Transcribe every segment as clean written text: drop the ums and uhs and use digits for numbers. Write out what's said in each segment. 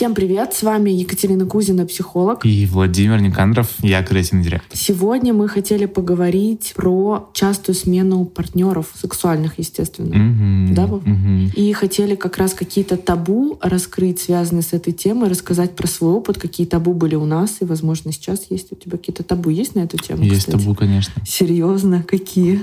Всем привет! С вами Екатерина Кузина, психолог. И Владимир Никандров, я креативный директор. Сегодня мы хотели поговорить про частую смену партнеров, сексуальных, естественно. Да, Вов? И хотели как раз какие-то табу раскрыть, связанные с этой темой, рассказать про свой опыт, какие табу были у нас, и, возможно, сейчас есть у тебя какие-то табу. Есть на эту тему, Есть кстати? табу, конечно. Серьезно? Какие?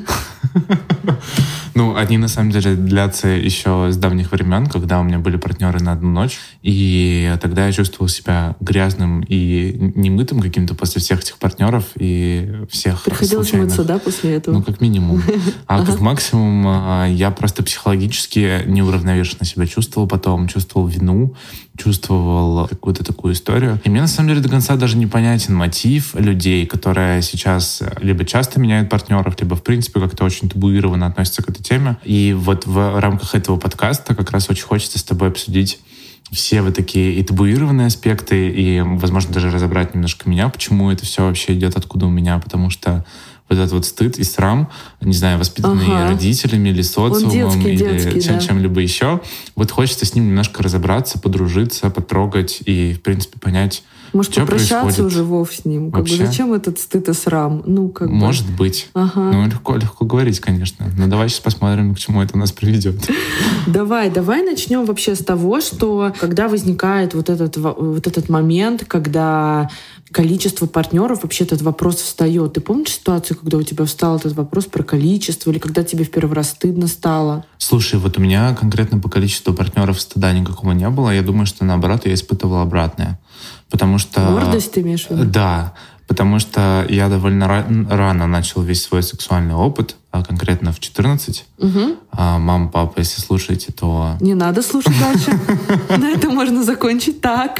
Ну, они на самом деле длятся еще с давних времен, когда у меня были партнеры на одну ночь, и тогда я чувствовал себя грязным и немытым каким-то после всех этих партнеров и всех Приходилось случайных... мыться, да, после этого? Ну, как минимум. А как максимум я просто психологически неуравновешенно себя чувствовал потом, чувствовал вину, чувствовал какую-то такую историю. И мне на самом деле до конца даже не понятен мотив людей, которые сейчас либо часто меняют партнеров, либо в принципе как-то очень табуированно относятся к этой теме. И вот в рамках этого подкаста как раз очень хочется с тобой обсудить все вот такие и табуированные аспекты, и, возможно, даже разобрать немножко меня, почему это все вообще идет, откуда у меня, потому что вот этот вот стыд и срам, не знаю, воспитанный родителями или социумом, или чем-либо еще. Вот хочется с ним немножко разобраться, подружиться, потрогать и, в принципе, понять, может, что попрощаться происходит. уже Вов с ним? Как бы, зачем этот стыд и срам? Ну, как бы. Может быть. Ну, легко говорить, конечно. Но давай сейчас посмотрим, к чему это нас приведет. Давай начнем вообще с того, что когда возникает вот этот момент, когда количество партнеров, вообще этот вопрос встает. Ты помнишь ситуацию, когда у тебя встал этот вопрос про количество, или когда тебе в первый раз стыдно стало? Слушай, вот у меня конкретно по количеству партнеров стыда никакого не было. Я думаю, что наоборот, я испытывал обратное. Потому что... Гордость ты имеешь в виду? Да, потому что я довольно рано начал весь свой сексуальный опыт, а конкретно в 14. Мама, папа, если слушаете, то... Не надо слушать дальше. На этом можно закончить так.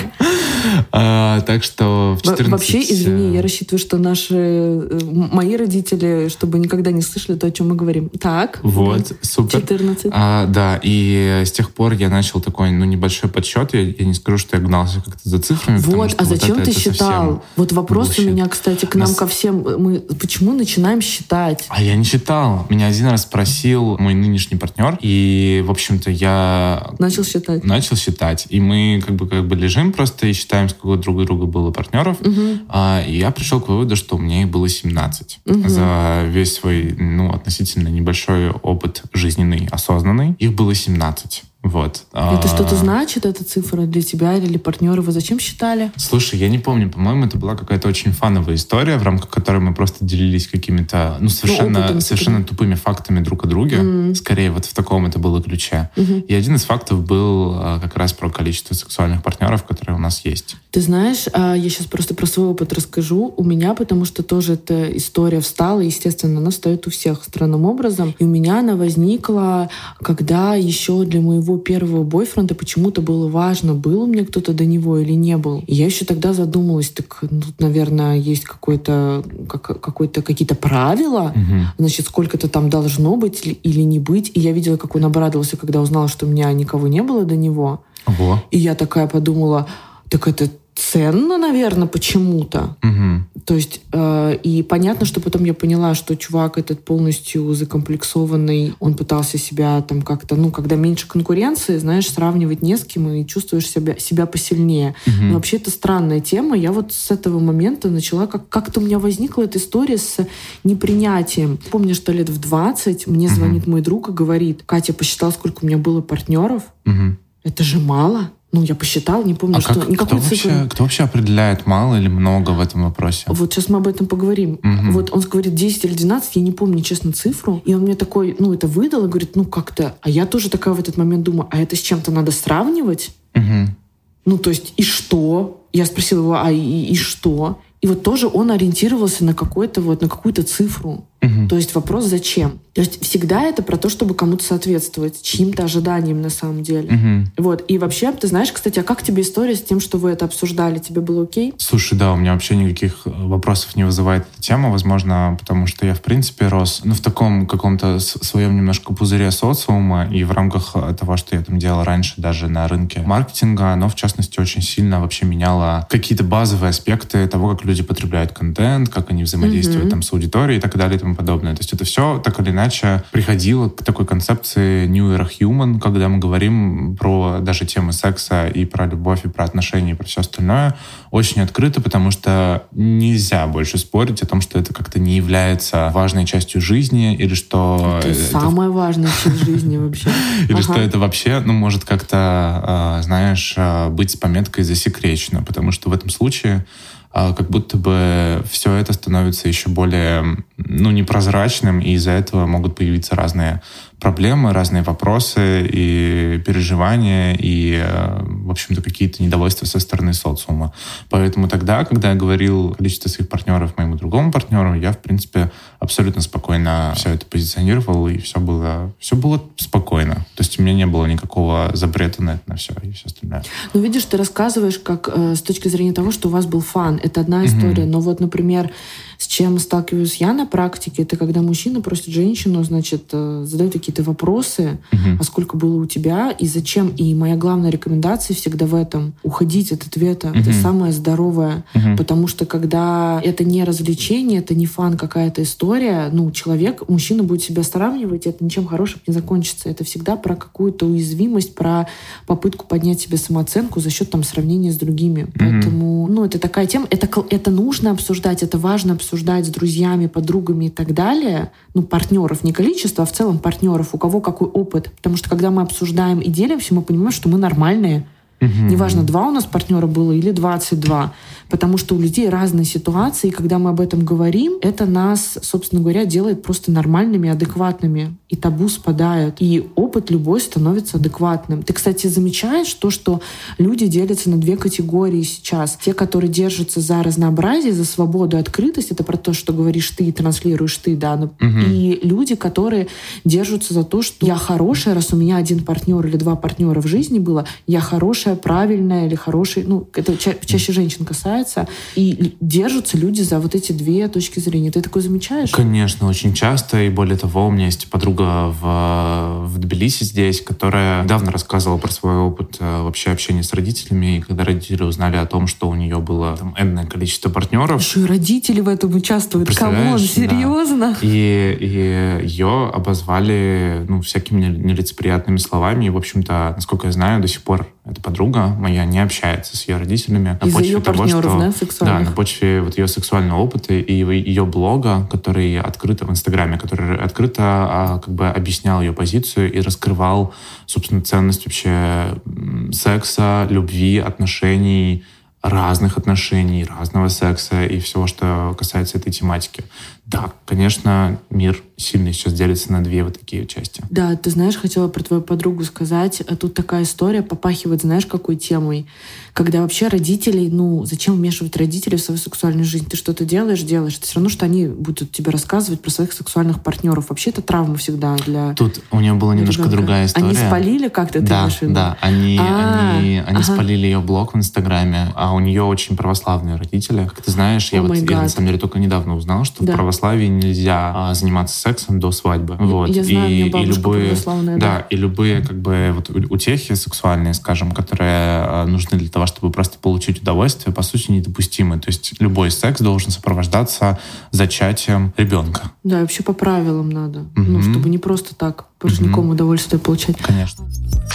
Так что в 14... Вообще, извини, я рассчитываю, что мои родители, чтобы никогда не слышали то, о чем мы говорим. Так. Вот, супер. 14. Да, и с тех пор я начал такой, небольшой подсчет. Я не скажу, что я гнался как-то за цифрами. Вот, а зачем ты считал? Вот вопрос у меня, кстати, к нам ко всем. Мы почему начинаем считать? А я не считал. Меня один раз спросил мой нынешний партнер, и, в общем-то, я... Начал считать. И мы как бы лежим просто и считаем, сколько друг у друга было партнеров. И я пришел к выводу, что у меня их было 17. За весь свой, относительно небольшой опыт жизненный, осознанный, их было 17. Вот. Это что-то значит, эта цифра для тебя или для партнера? Вы зачем считали? Слушай, я не помню. По-моему, это была какая-то очень фановая история, в рамках которой мы просто делились какими-то совершенно тупыми фактами друг о друге. Скорее, вот в таком это было ключе. И один из фактов был как раз про количество сексуальных партнеров, которые у нас есть. Ты знаешь, я сейчас просто про свой опыт расскажу. У меня, потому что тоже эта история встала, естественно, она встает у всех странным образом. И у меня она возникла, когда еще для моего первого бойфренда почему-то было важно, был у меня кто-то до него или не был. И я еще тогда задумалась, так тут, наверное, есть какие-то правила, значит, сколько-то там должно быть или не быть. И я видела, как он обрадовался, когда узнал, что у меня никого не было до него. Ого. И я такая подумала, так это ценно, наверное, почему-то. То есть, и понятно, что потом я поняла, что чувак этот полностью закомплексованный, он пытался себя там как-то, когда меньше конкуренции, знаешь, сравнивать не с кем и чувствуешь себя посильнее. Но вообще это странная тема. Я вот с этого момента начала, как-то у меня возникла эта история с непринятием. Помню, что лет в 20 мне звонит мой друг и говорит: Катя, посчитала, сколько у меня было партнеров. Это же мало. Я посчитала, не помню, что... Кто вообще определяет, мало или много в этом вопросе? Вот сейчас мы об этом поговорим. Вот он говорит 10 или 12, я не помню, честно, цифру. И он мне такой, это выдал и говорит, как-то... А я тоже такая в этот момент думаю, а это с чем-то надо сравнивать? То есть, и что? Я спросила его, а и что? И вот тоже он ориентировался на какую-то цифру. То есть вопрос зачем? То есть всегда это про то, чтобы кому-то соответствовать, чьим-то ожиданиям на самом деле. Вот. И вообще, ты знаешь, кстати, а как тебе история с тем, что вы это обсуждали? Тебе было окей? Слушай, да, у меня вообще никаких вопросов не вызывает эта тема, возможно, потому что я, в принципе, рос в таком каком-то своем немножко пузыре социума, и в рамках того, что я там делал раньше даже на рынке маркетинга, оно, в частности, очень сильно вообще меняло какие-то базовые аспекты того, как люди потребляют контент, как они взаимодействуют там с аудиторией и так далее и тому подобное. То есть это все так или иначе иначе приходила к такой концепции New Era Human, когда мы говорим про даже темы секса и про любовь, и про отношения, и про все остальное очень открыто, потому что нельзя больше спорить о том, что это как-то не является важной частью жизни, или что... Это самая важная часть жизни вообще. Или что это вообще, может как-то, знаешь, быть с пометкой «засекречено», потому что в этом случае как будто бы все это становится еще более, непрозрачным, и из-за этого могут появиться разные проблемы, разные вопросы и переживания, и, в общем-то, какие-то недовольства со стороны социума. Поэтому тогда, когда я говорил количество своих партнеров моему другому партнеру, я, в принципе, абсолютно спокойно все это позиционировал, и все было спокойно. То есть у меня не было никакого запрета на это, на все и все остальное. Видишь, ты рассказываешь как с точки зрения того, что у вас был фан. Это одна история. Но вот, например, с чем сталкиваюсь я на практике, это когда мужчина просит женщину, задает какие-то вопросы, а сколько было у тебя и зачем. И моя главная рекомендация всегда в этом — уходить от ответа. Это самое здоровое. Потому что когда это не развлечение, это не фан, какая-то история, мужчина будет себя сравнивать, и это ничем хорошим не закончится. Это всегда про какую-то уязвимость, про попытку поднять себе самооценку за счет сравнения с другими. Поэтому, это такая тема. Это нужно обсуждать, это важно обсуждать с друзьями, подругами и так далее. Партнеров, не количество, а в целом партнеров, у кого какой опыт. Потому что когда мы обсуждаем и делимся, мы понимаем, что мы нормальные. Неважно, 2 у нас партнера было или 22. Потому что у людей разные ситуации, и когда мы об этом говорим, это нас, собственно говоря, делает просто нормальными, адекватными. И табу спадает. И опыт любой становится адекватным. Ты, кстати, замечаешь то, что люди делятся на 2 категории сейчас. Те, которые держатся за разнообразие, за свободу и открытость, это про то, что говоришь ты и транслируешь ты, да. И люди, которые держатся за то, что я хорошая, раз у меня 1 партнер или 2 партнера в жизни было, я хорошая, правильная или хороший. Это чаще женщин касается. И держатся люди за вот эти 2 точки зрения. Ты такое замечаешь? Конечно, очень часто. И более того, у меня есть подруга в Тбилиси здесь, которая недавно рассказывала про свой опыт вообще общения с родителями. И когда родители узнали о том, что у нее было энное количество партнеров. Еще и родители в этом участвуют. Камон, серьезно? Да. И ее обозвали всякими нелицеприятными словами. И, в общем-то, насколько я знаю, до сих пор эта подруга моя не общается с ее родителями. Из-за ее партнеров, сексуальных? Да, на почве ее сексуального опыта и ее блога, который открыто в Инстаграме, который открыто объяснял ее позицию и раскрывал, собственно, ценность вообще секса, любви, отношений, разных отношений, разного секса и всего, что касается этой тематики. Да, конечно, мир сильно сейчас делится на 2 вот такие части. Да, ты знаешь, хотела про твою подругу сказать. Тут такая история попахивает, знаешь, какой темой? Когда вообще родителей, зачем вмешивать родителей в свою сексуальную жизнь? Ты что-то делаешь. Это все равно, что они будут тебе рассказывать про своих сексуальных партнеров. Вообще это травма всегда для... Тут у нее была немножко другая история. Они спалили как-то, ты имеешь в виду? Да, они спалили ее блог в Инстаграме, а у нее очень православные родители. Как ты знаешь, я на самом деле только недавно узнал, что в православии нельзя заниматься сексом до свадьбы. Я знаю, у меня бабушка православная. Да, и любые утехи сексуальные, скажем, которые нужны для того, чтобы просто получить удовольствие, по сути, недопустимы. То есть любой секс должен сопровождаться зачатием ребенка. Да, и вообще по правилам надо. Чтобы не просто так порожняком удовольствие получать. Конечно.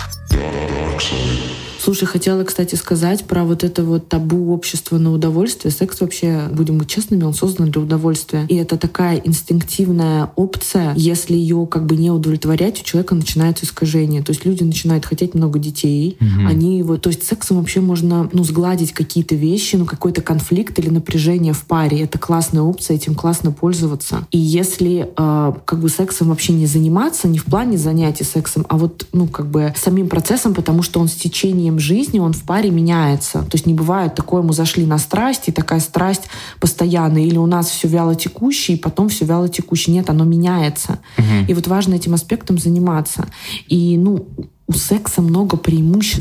Слушай, хотела, кстати, сказать про вот это вот табу общества на удовольствие. Секс вообще, будем быть честными, он создан для удовольствия. И это такая инстинктивная опция. Если ее не удовлетворять, у человека начинается искажение. То есть люди начинают хотеть много детей. То есть сексом вообще можно сгладить какие-то вещи, какой-то конфликт или напряжение в паре. Это классная опция, этим классно пользоваться. И если сексом вообще не заниматься, не в плане занятий сексом, а самим процессом, потому что он с течением жизни, он в паре меняется. То есть не бывает такое, мы зашли на страсть, и такая страсть постоянная. Или у нас все вяло текущее, и потом все вяло текущее. Нет, оно меняется. И важно этим аспектом заниматься. И у секса много преимуществ.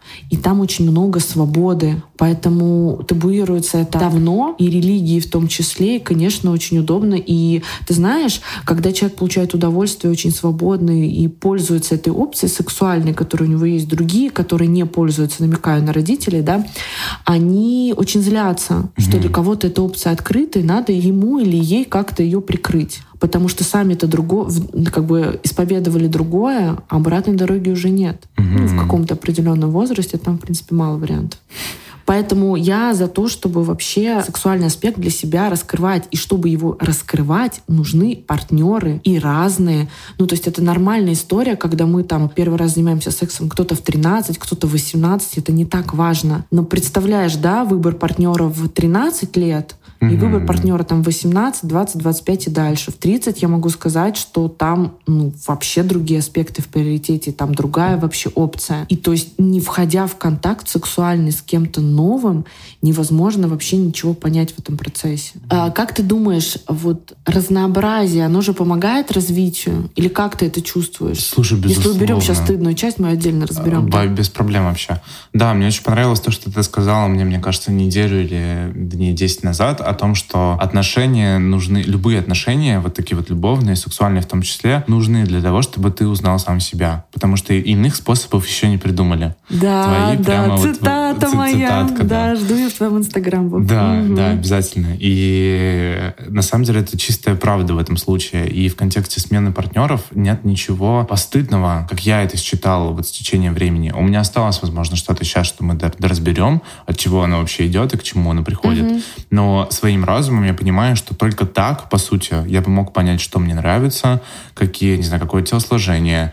и там очень много свободы. Поэтому табуируется это давно, и религии в том числе, и, конечно, очень удобно. И ты знаешь, когда человек получает удовольствие очень свободно и пользуется этой опцией сексуальной, которой у него есть другие, которые не пользуются, намекаю на родителей, да, они очень злятся, что для кого-то эта опция открыта, и надо ему или ей как-то ее прикрыть. Потому что сами-то как бы исповедовали другое, а обратной дороги уже нет. Ну, в каком-то определенном возрасте там, в принципе, мало вариантов. Поэтому я за то, чтобы вообще сексуальный аспект для себя раскрывать. И чтобы его раскрывать, нужны партнеры и разные. Ну, то есть это нормальная история, когда мы там первый раз занимаемся сексом, кто-то в 13, кто-то в 18, это не так важно. Но представляешь, да, выбор партнера в 13 лет и выбор партнера там 18, 20, 25 и дальше. В 30 я могу сказать, что там вообще другие аспекты в приоритете, там другая вообще опция. И то есть не входя в контакт сексуальный с кем-то новым, невозможно вообще ничего понять в этом процессе. Как ты думаешь, вот разнообразие, оно же помогает развитию? Или как ты это чувствуешь? Слушай, безусловно. Если уберем сейчас стыдную часть, мы отдельно разберем. Без проблем вообще. Да, мне очень понравилось то, что ты сказала мне кажется, неделю или дней 10 назад, о том, что отношения нужны, любые отношения, вот такие вот любовные, сексуальные в том числе, нужны для того, чтобы ты узнал сам себя. Потому что иных способов еще не придумали. Да, твои да, цитата вот, моя. Цитатка, да, жду я в твоем инстаграм. Да, да, обязательно. И на самом деле это чистая правда в этом случае. И в контексте смены партнеров нет ничего постыдного, как я это считал вот с течением времени. У меня осталось, возможно, что-то сейчас, что мы разберем, от чего оно вообще идет и к чему оно приходит. Но своим разумом я понимаю, что только так, по сути, я бы мог понять, что мне нравится, какие, не знаю, какое телосложение,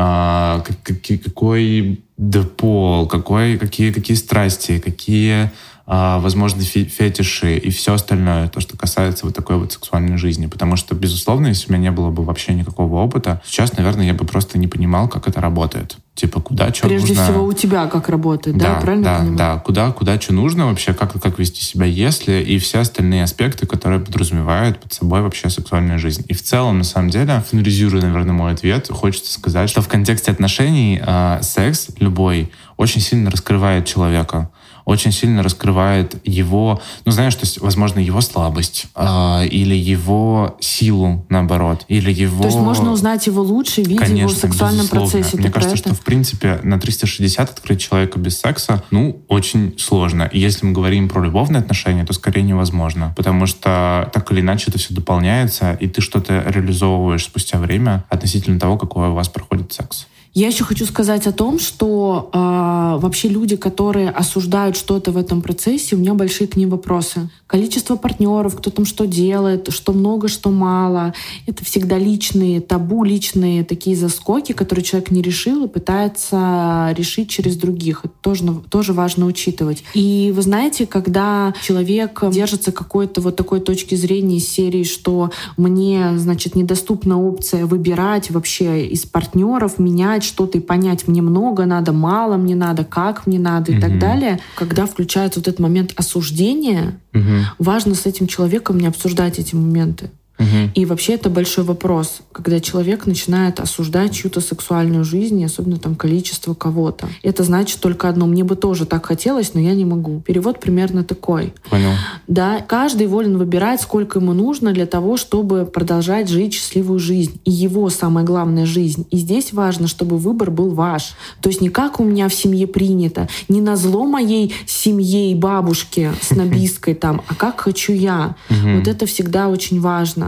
какой пол, какие страсти, какие возможно, фетиши и все остальное, то, что касается вот такой вот сексуальной жизни. Потому что, безусловно, если у меня не было бы вообще никакого опыта, сейчас, наверное, я бы просто не понимал, как это работает. Типа, куда что нужно. Прежде всего, у тебя как работает, да? Правильно я понимаю? Да. Куда что нужно вообще, как вести себя, если, и все остальные аспекты, которые подразумевают под собой вообще сексуальную жизнь. И в целом, на самом деле, финализируя, наверное, мой ответ, хочется сказать, что в контексте отношений секс любой очень сильно раскрывает человека. Очень сильно раскрывает его, знаешь, то есть, возможно, его слабость, или его силу, наоборот, или его... То есть можно узнать его лучше, видя его в сексуальном процессе. Мне кажется, что, в принципе, на 360 открыть человека без секса, очень сложно. И если мы говорим про любовные отношения, то скорее невозможно. Потому что так или иначе это все дополняется, и ты что-то реализовываешь спустя время относительно того, какой у вас проходит секс. Я еще хочу сказать о том, что вообще люди, которые осуждают что-то в этом процессе, у меня большие к ним вопросы. Количество партнеров, кто там что делает, что много, что мало. Это всегда личные табу, личные такие заскоки, которые человек не решил и пытается решить через других. Это тоже важно учитывать. И вы знаете, когда человек держится какой-то вот такой точки зрения из серии, что мне, значит, недоступна опция выбирать вообще из партнеров, менять что-то и понять, мне много надо, мало мне надо, как мне надо и так далее. Когда включается вот этот момент осуждения, важно с этим человеком не обсуждать эти моменты. И вообще это большой вопрос, когда человек начинает осуждать чью-то сексуальную жизнь, и особенно там количество кого-то. Это значит только одно: мне бы тоже так хотелось, но я не могу. Перевод примерно такой. Понял. Да, каждый волен выбирать, сколько ему нужно для того, чтобы продолжать жить счастливую жизнь. И его самая главная жизнь. И здесь важно, чтобы выбор был ваш. То есть не как у меня в семье принято, не назло моей семье и бабушке снобистской там, а как хочу я. Вот это всегда очень важно.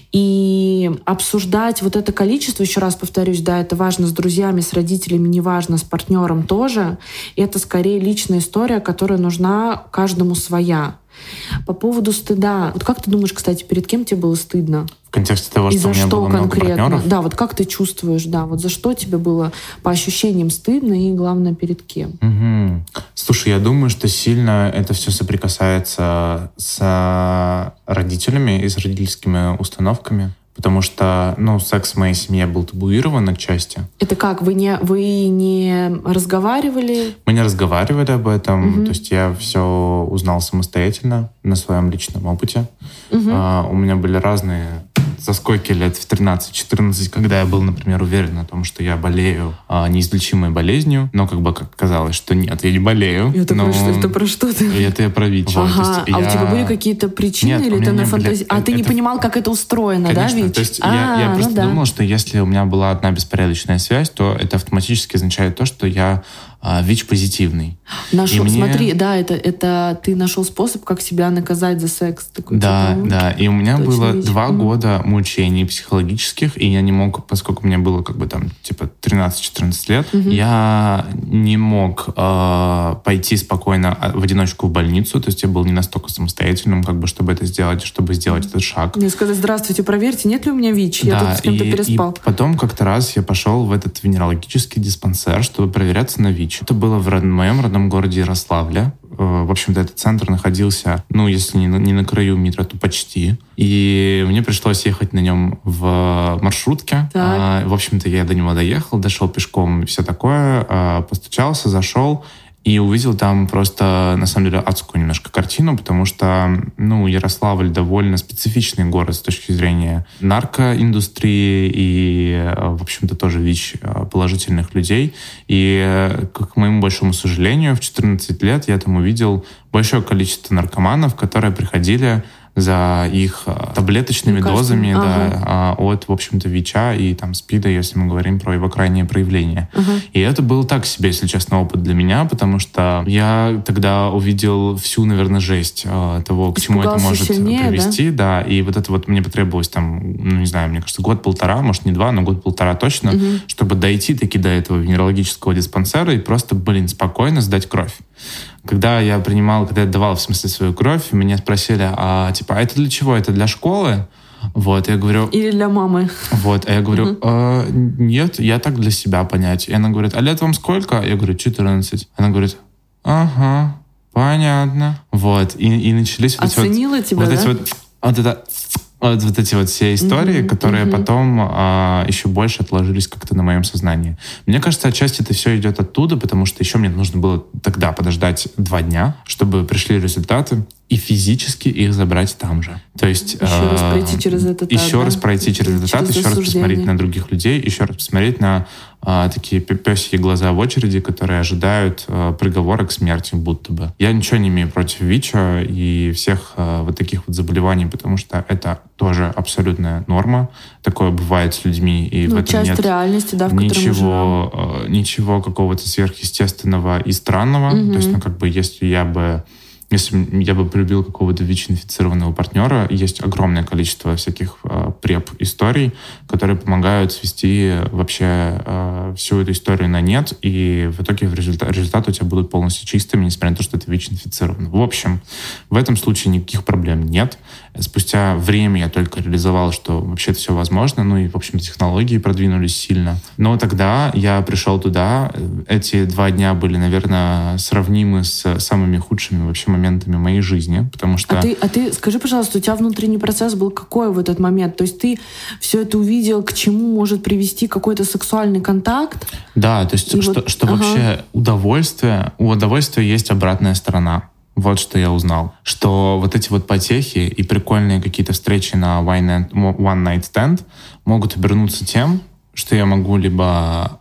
И обсуждать вот это количество, еще раз повторюсь, да, это важно с друзьями, с родителями, неважно, с партнером тоже. Это скорее личная история, которая нужна каждому своя. По поводу стыда. Вот как ты думаешь, кстати, перед кем тебе было стыдно? В контексте того, что у меня было много партнеров? Да, вот как ты чувствуешь, да, вот за что тебе было по ощущениям стыдно и, главное, перед кем? Слушай, я думаю, что сильно это все соприкасается с родителями и с родительскими установками. Потому что, секс в моей семье был табуирован отчасти. Это как? Вы не разговаривали? Мы не разговаривали об этом. То есть я все узнал самостоятельно на своем личном опыте. У меня были разные за сколько лет, в 13-14, когда я был, например, уверен о том, что я болею неизлечимой болезнью, но как оказалось, что нет, я не болею. Это про что ты? Это я про ВИЧ. Ага, у тебя были какие-то причины? Нет, или ты на фантазии? Ты не понимал, как это устроено, конечно, да, ВИЧ? То есть я просто думал, что если у меня была одна беспорядочная связь, то это автоматически означает то, что я ВИЧ-позитивный. Смотри, да, это ты нашел способ, как себя наказать за секс. Такой, да. И у меня было 2 года мучений психологических, и я не мог, поскольку мне было 13-14 лет, я не мог пойти спокойно в одиночку в больницу, то есть я был не настолько самостоятельным, чтобы это сделать, чтобы сделать этот шаг. Мне сказать: здравствуйте, проверьте, нет ли у меня ВИЧ, я тут с кем-то переспал. И потом как-то раз я пошел в этот венерологический диспансер, чтобы проверяться на ВИЧ. Это было в моем родном городе Ярославле. В общем-то, этот центр находился, если не на краю метро, то почти. И мне пришлось ехать на нем в маршрутке. В общем-то, я до него доехал, дошел пешком, все такое, постучался, зашел. И увидел там просто, на самом деле, адскую немножко картину, потому что, Ярославль довольно специфичный город с точки зрения наркоиндустрии и, в общем-то, тоже ВИЧ положительных людей. И, к моему большому сожалению, в 14 лет я там увидел большое количество наркоманов, которые приходили за их таблеточными дозами от, в общем-то, ВИЧа и СПИДа, если мы говорим про его крайние проявления. И это был так себе, если честно, опыт для меня, потому что я тогда увидел всю, наверное, жесть того, к чему это может привести. Да? И вот это мне потребовалось мне кажется, 1-1.5, может, не 2, но 1-1.5 точно, чтобы дойти таки до этого венерологического диспансера и просто, спокойно сдать кровь. Когда я давал, в смысле, свою кровь, меня спросили, а это для чего? Это для школы? Я говорю... Или для мамы? А я говорю, нет, я так для себя понять. И она говорит, а лет вам сколько? Я говорю, 14. Она говорит, ага, понятно. И начались Оценила тебя, да? Вот эти все истории, которые потом еще больше отложились как-то на моем сознании. Мне кажется, отчасти это все идет оттуда, потому что еще мне нужно было тогда подождать 2 дня, чтобы пришли результаты, и физически их забрать там же. То есть еще раз пройти через этот этап. Еще раз посмотреть на других людей, еще раз посмотреть на такие пёсьи глаза в очереди, которые ожидают приговора к смерти, будто бы. Я ничего не имею против ВИЧа и всех таких заболеваний, потому что это тоже абсолютная норма. Такое бывает с людьми, и в этом часть нет реальности, да, в которой мы живем. Ничего какого-то сверхъестественного и странного. То есть, если я бы полюбил какого-то ВИЧ-инфицированного партнера, есть огромное количество всяких преп-историй, которые помогают свести вообще всю эту историю на нет, и в итоге результаты у тебя будут полностью чистыми, несмотря на то, что это ВИЧ-инфицировано. В общем, в этом случае никаких проблем нет. Спустя время я только реализовал, что вообще это все возможно, и, в общем, технологии продвинулись сильно. Но тогда я пришел туда, эти 2 дня были, наверное, сравнимы с самыми худшими вообще моментами моей жизни, потому что... А ты скажи, пожалуйста, у тебя внутренний процесс был какой в этот момент? То есть ты все это увидел, к чему может привести какой-то сексуальный контакт? Да, то есть что вообще у удовольствия есть обратная сторона. Вот что я узнал. Что вот эти потехи и прикольные какие-то встречи на One Night Stand могут обернуться тем, что я могу либо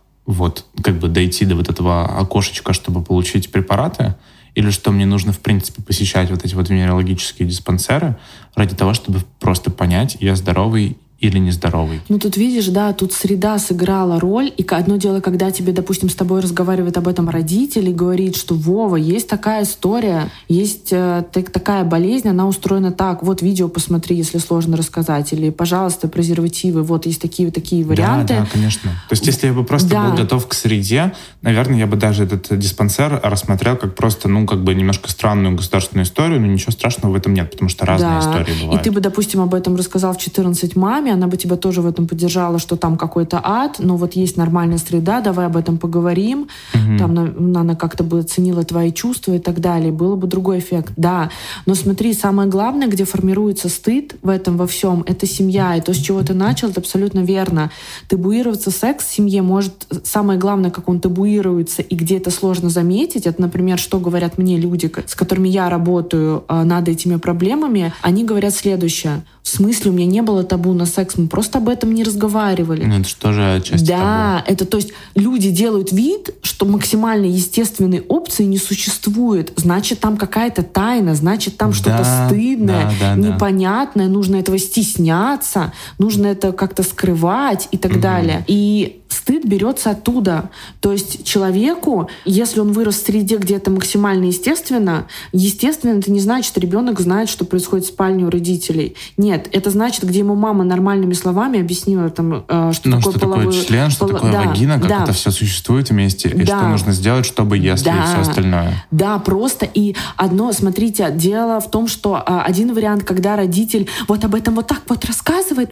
дойти до этого окошечка, чтобы получить препараты, или что мне нужно, в принципе, посещать эти венерологические диспансеры ради того, чтобы просто понять, я здоровый или нездоровый. Тут видишь, да, тут среда сыграла роль, и одно дело, когда тебе, допустим, с тобой разговаривает об этом родитель и говорит, что Вова, есть такая история, есть такая болезнь, она устроена так, видео посмотри, если сложно рассказать, или, пожалуйста, презервативы, есть такие варианты. Да, конечно. То есть если я бы просто был готов к среде, наверное, я бы даже этот диспансер рассмотрел как просто, немножко странную государственную историю, но ничего страшного в этом нет, потому что разные истории бывают. И ты бы, допустим, об этом рассказал в 14 маме, она бы тебя тоже в этом поддержала, что там какой-то ад, но есть нормальная среда, давай об этом поговорим, там она как-то бы оценила твои чувства и так далее, было бы другой эффект, да. Но смотри, самое главное, где формируется стыд в этом во всем, это семья, и то, с чего ты начал, это абсолютно верно. Табуироваться секс в семье может, самое главное, как он табуируется и где это сложно заметить, это, например, что говорят мне люди, с которыми я работаю над этими проблемами, они говорят следующее: в смысле, у меня не было табу на секс? секс, мы просто об этом не разговаривали. Ну, это же тоже часть табу. Да, это то есть люди делают вид, что максимально естественной опции не существует. Значит, там какая-то тайна, значит, там что-то стыдное, непонятное, нужно этого стесняться, нужно это как-то скрывать и так далее. И стыд берется оттуда. То есть человеку, если он вырос в среде, где это максимально естественно, это не значит, что ребенок знает, что происходит в спальне у родителей. Нет, это значит, где ему мама нормальными словами объяснила, там, что такое что половой... такое член, что такое вагина, как это все существует вместе, и что нужно сделать, чтобы если и все остальное. Да, просто. И одно, смотрите, дело в том, что один вариант, когда родитель вот об этом вот так вот рассказывает,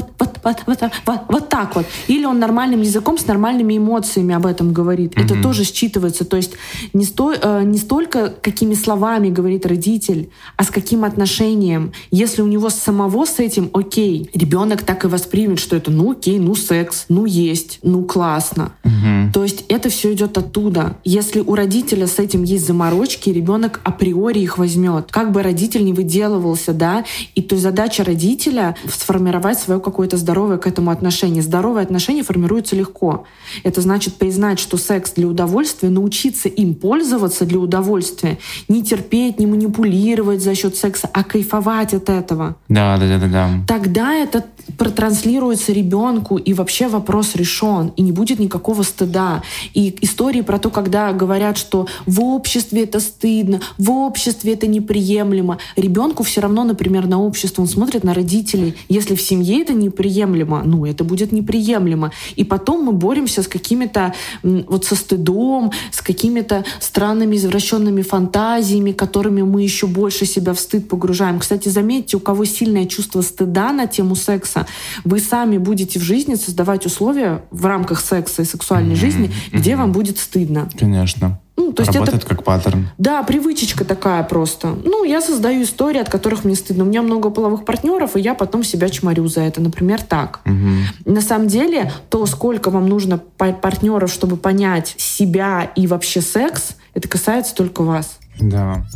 вот так вот. Или он нормальным языком с нормальными эмоциями об этом говорит. Это тоже считывается. То есть не столько какими словами говорит родитель, а с каким отношением. Если у него самого с этим окей, ребенок так и воспримет, что это окей, секс, есть, классно. То есть это все идет оттуда. Если у родителя с этим есть заморочки, ребенок априори их возьмет. Как бы родитель не выделывался, да, и то есть задача родителя сформировать свое какое-то здоровое к этому отношение. Здоровое отношение формируется легко. Это значит признать, что секс для удовольствия, научиться им пользоваться для удовольствия, не терпеть, не манипулировать за счет секса, а кайфовать от этого. Да. Тогда это протранслируется ребенку, и вообще вопрос решен, и не будет никакого стыда. И истории про то, когда говорят, что в обществе это стыдно, в обществе это неприемлемо. Ребенку все равно, например, на общество, он смотрит на родителей. Если в семье это неприемлемо, это будет неприемлемо. И потом мы боремся с какими-то со стыдом, с какими-то странными извращенными фантазиями, которыми мы еще больше себя в стыд погружаем. Кстати, заметьте, у кого сильное чувство стыда на тему секса, вы сами будете в жизни создавать условия в рамках секса и сексуальной жизни, где вам будет стыдно. Конечно. То есть работает это, как паттерн. Да, привычечка такая просто. Я создаю истории, от которых мне стыдно. У меня много половых партнеров, и я потом себя чморю за это. Например, так. На самом деле, то, сколько вам нужно партнеров, чтобы понять себя и вообще секс, это касается только вас. Да.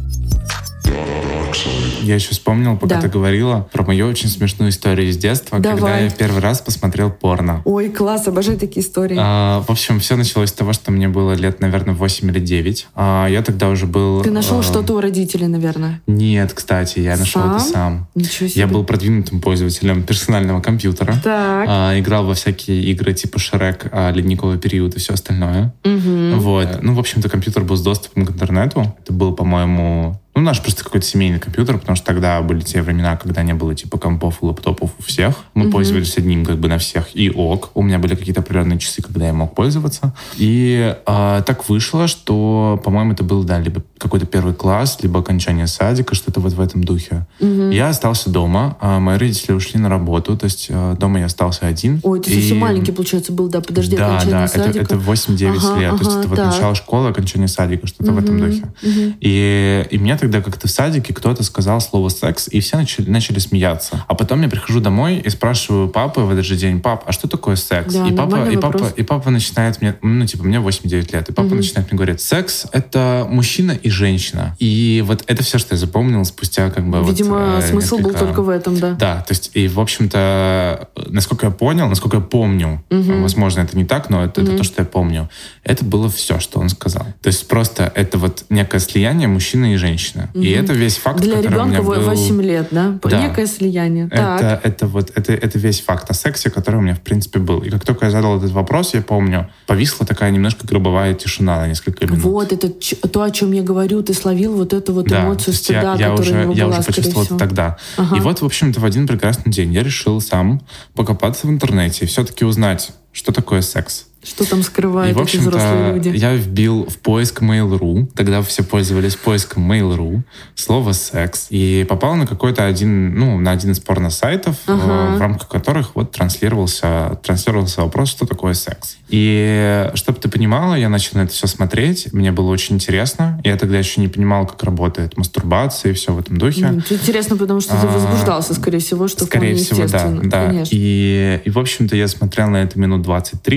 Я еще вспомнил, пока ты говорила, про мою очень смешную историю из детства, когда я первый раз посмотрел порно. Ой, класс, обожаю такие истории. В общем, все началось с того, что мне было лет, наверное, 8 или 9. Я тогда уже был... Ты нашел что-то у родителей, наверное? Нет, кстати, я нашел это сам. Ничего себе. Я был продвинутым пользователем персонального компьютера. Так. Играл во всякие игры типа Шрек, Ледниковый период и все остальное. Вот. В общем-то, компьютер был с доступом к интернету. Это был, по-моему... наш просто какой-то семейный компьютер, потому что тогда были те времена, когда не было типа компов и лаптопов у всех. Мы пользовались одним на всех. И ок. У меня были какие-то определенные часы, когда я мог пользоваться. И так вышло, что, по-моему, это был, либо какой-то первый класс, либо окончание садика, что-то вот в этом духе. Я остался дома. Мои родители ушли на работу, то есть дома я остался один. Ой, ты совсем маленький, получается, был, подожди, окончание садика. Это 8-9 лет. То есть это вот начало школы, окончание садика, что-то в этом духе. И меня тогда как-то в садике кто-то сказал слово «секс», и все начали смеяться. А потом я прихожу домой и спрашиваю папы в этот же день: «Пап, а что такое секс?» Да, и папа начинает мне, мне 8-9 лет, и папа начинает мне говорить: «Секс — это мужчина и женщина». И вот это все, что я запомнил спустя Видимо, смысл был только в этом, да. Да, то есть, и, в общем-то, насколько я помню, возможно, это не так, но это то, что я помню, это было все, что он сказал. То есть просто это вот некое слияние мужчины и женщины. И это весь факт, для который у меня был... Для ребенка 8 лет, да? Некое слияние. Это весь факт о сексе, который у меня, в принципе, был. И как только я задал этот вопрос, я помню, повисла такая немножко гробовая тишина на несколько минут. Вот, это то, о чем я говорю, ты словил вот эту вот эмоцию стыда, которая у него была, я уже почувствовал это тогда. И вот, в общем-то, в один прекрасный день я решил сам покопаться в интернете и все-таки узнать, что такое секс. Что там скрывают эти взрослые люди? Я вбил в поиск Mail.ru, тогда все пользовались поиском Mail.ru, слово «секс», и попал на какой-то один из порно-сайтов, в рамках которых транслировался вопрос, что такое секс. И чтобы ты понимала, я начал на это все смотреть, мне было очень интересно. Я тогда еще не понимал, как работает мастурбация и все в этом духе. Это интересно, потому что ты возбуждался, скорее всего, что скорее вполне всего, естественно. Да. Конечно. И, в общем-то, я смотрел на это минут 20-30,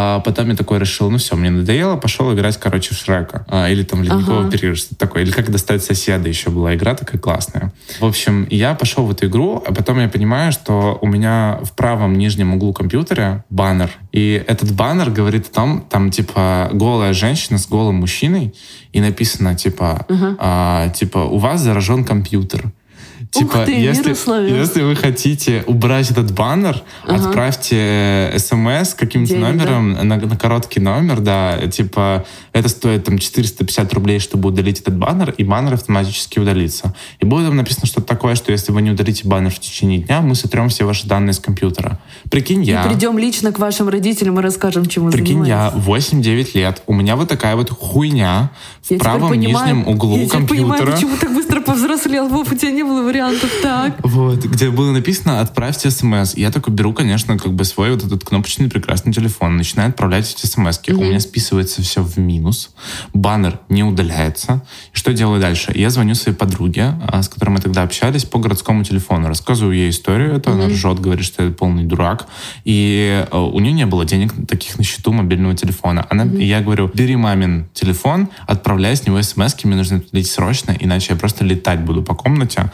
А потом я такой решил, ну все, мне надоело, пошел играть, короче, в Шрека. Или там в Ледниковый период, что-то такое. Или как достать соседа, еще была игра такая классная. В общем, я пошел в эту игру, а потом я понимаю, что у меня в правом нижнем углу компьютера баннер. И этот баннер говорит о том, там типа голая женщина с голым мужчиной, и написано типа, типа у вас заражен компьютер. Типа, если вы хотите убрать этот баннер, отправьте смс каким-то номером на короткий номер, да, типа, это стоит там 450 рублей, чтобы удалить этот баннер, и баннер автоматически удалится. И будет там написано что-то такое, что если вы не удалите баннер в течение дня, мы сотрем все ваши данные с компьютера. Прикинь, и придем лично к вашим родителям и расскажем, чем вы занимаетесь. Прикинь, я 8-9 лет, у меня вот такая вот хуйня в правом нижнем углу компьютера. Я понимаю, почему так быстро повзрослел, Вов, у тебя не было вариантов так. Вот, где было написано «Отправьте смс». Я такой беру, конечно, как бы свой вот этот кнопочный прекрасный телефон, начинаю отправлять эти смски. У меня списывается все в минус, баннер не удаляется. И что делаю дальше? Я звоню своей подруге, с которой мы тогда общались, по городскому телефону, рассказываю ей историю эту, она ржет, говорит, что я полный дурак. И у нее не было денег таких на счету мобильного телефона. И я говорю, бери мамин телефон, отправляй с него смски, мне нужно удалить срочно, иначе я просто летать буду по комнате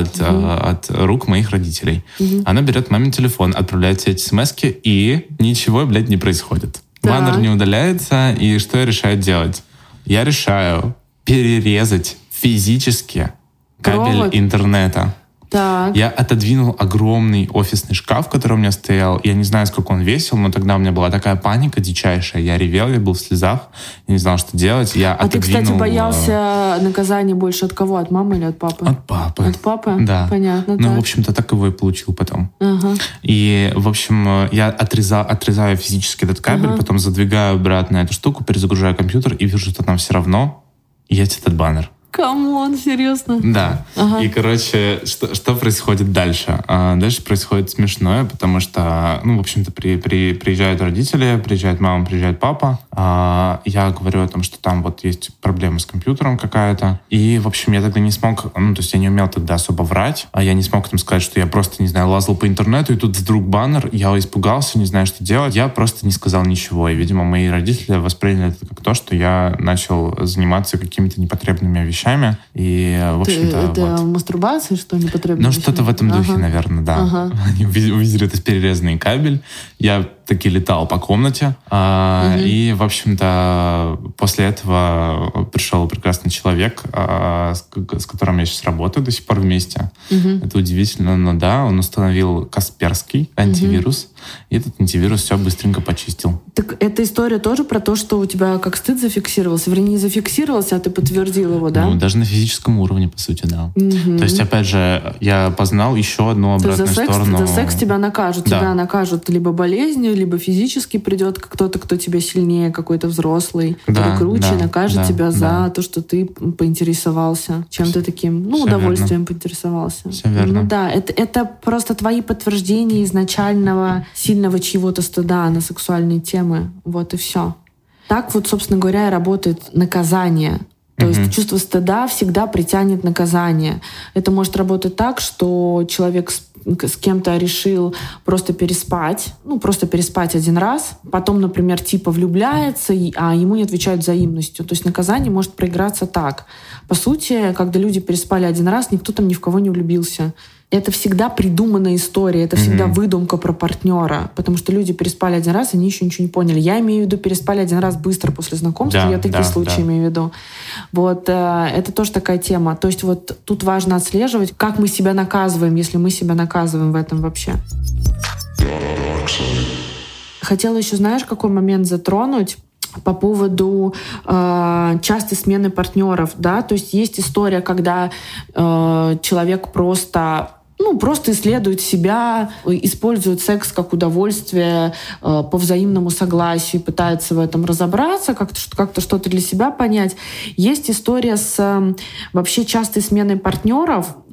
от рук моих родителей. Она берет мамин телефон, отправляет все эти смски, и ничего, блядь, не происходит. Баннер не удаляется, и что я решаю делать? Я решаю перерезать физически кабель интернета. Так. Я отодвинул огромный офисный шкаф, который у меня стоял. Я не знаю, сколько он весил, но тогда у меня была такая паника дичайшая. Я ревел, я был в слезах, я не знал, что делать. Я отодвинул... ты, кстати, боялся наказания больше от кого? От мамы или от папы? От папы. От папы? Да. Понятно. Ну, в общем-то, так его и получил потом. И, в общем, я отрезаю физически этот кабель, потом задвигаю обратно эту штуку, перезагружаю компьютер и вижу, что там все равно есть этот баннер. Камон, серьезно? Да. И, короче, что происходит дальше? Дальше происходит смешное, потому что, в общем-то, приезжают родители, приезжает мама, приезжает папа. Я говорю о том, что там вот есть проблема с компьютером какая-то. И, в общем, я тогда не смог, то есть я не умел тогда особо врать, я не смог там сказать, что я просто, не знаю, лазал по интернету, и тут вдруг баннер, я испугался, не знаю, что делать. Я просто не сказал ничего. И, видимо, мои родители восприняли это как то, что я начал заниматься какими-то непотребными вещами. И, в общем-то, это мастурбация, что непотребно? Что-то в этом духе, наверное, да. Они увидели этот перерезанный кабель. Я таки летал по комнате. И, в общем-то, после этого пришел прекрасный человек, с которым я сейчас работаю до сих пор вместе. Это удивительно, но да, он установил Касперский антивирус. И этот антивирус все быстренько почистил. Так эта история тоже про то, что у тебя как стыд зафиксировался? Вернее, не зафиксировался, а ты подтвердил его, да? Даже на физическом уровне, по сути, да. То есть, опять же, я познал еще одну обратную сторону. За секс тебя накажут. Да. Тебя накажут либо болезнью, либо физически придет кто-то, кто тебя сильнее, какой-то взрослый, который круче, накажет тебя за то, что ты поинтересовался чем-то таким, удовольствием поинтересовался. Все верно. Это просто твои подтверждения изначального сильного чьего-то стыда на сексуальные темы. Вот и все. Так вот, собственно говоря, и работает наказание. То есть чувство стыда всегда притянет наказание. Это может работать так, что человек с кем-то решил просто переспать один раз, потом, например, типа влюбляется, а ему не отвечают взаимностью. То есть наказание может проиграться так. По сути, когда люди переспали один раз, никто там ни в кого не влюбился. Это всегда придуманная история, это всегда выдумка про партнера, потому что люди переспали один раз, они еще ничего не поняли. Я имею в виду переспали один раз быстро после знакомства, я такие случаи имею в виду. Вот это тоже такая тема. То есть вот тут важно отслеживать, как мы себя наказываем, если мы себя наказываем в этом вообще. Хотела еще, знаешь, какой момент затронуть? По поводу частой смены партнеров, да, то есть есть история, когда человек просто исследует себя, использует секс как удовольствие по взаимному согласию, пытается в этом разобраться, как-то что-то для себя понять. Есть история с вообще частой сменой партнеров,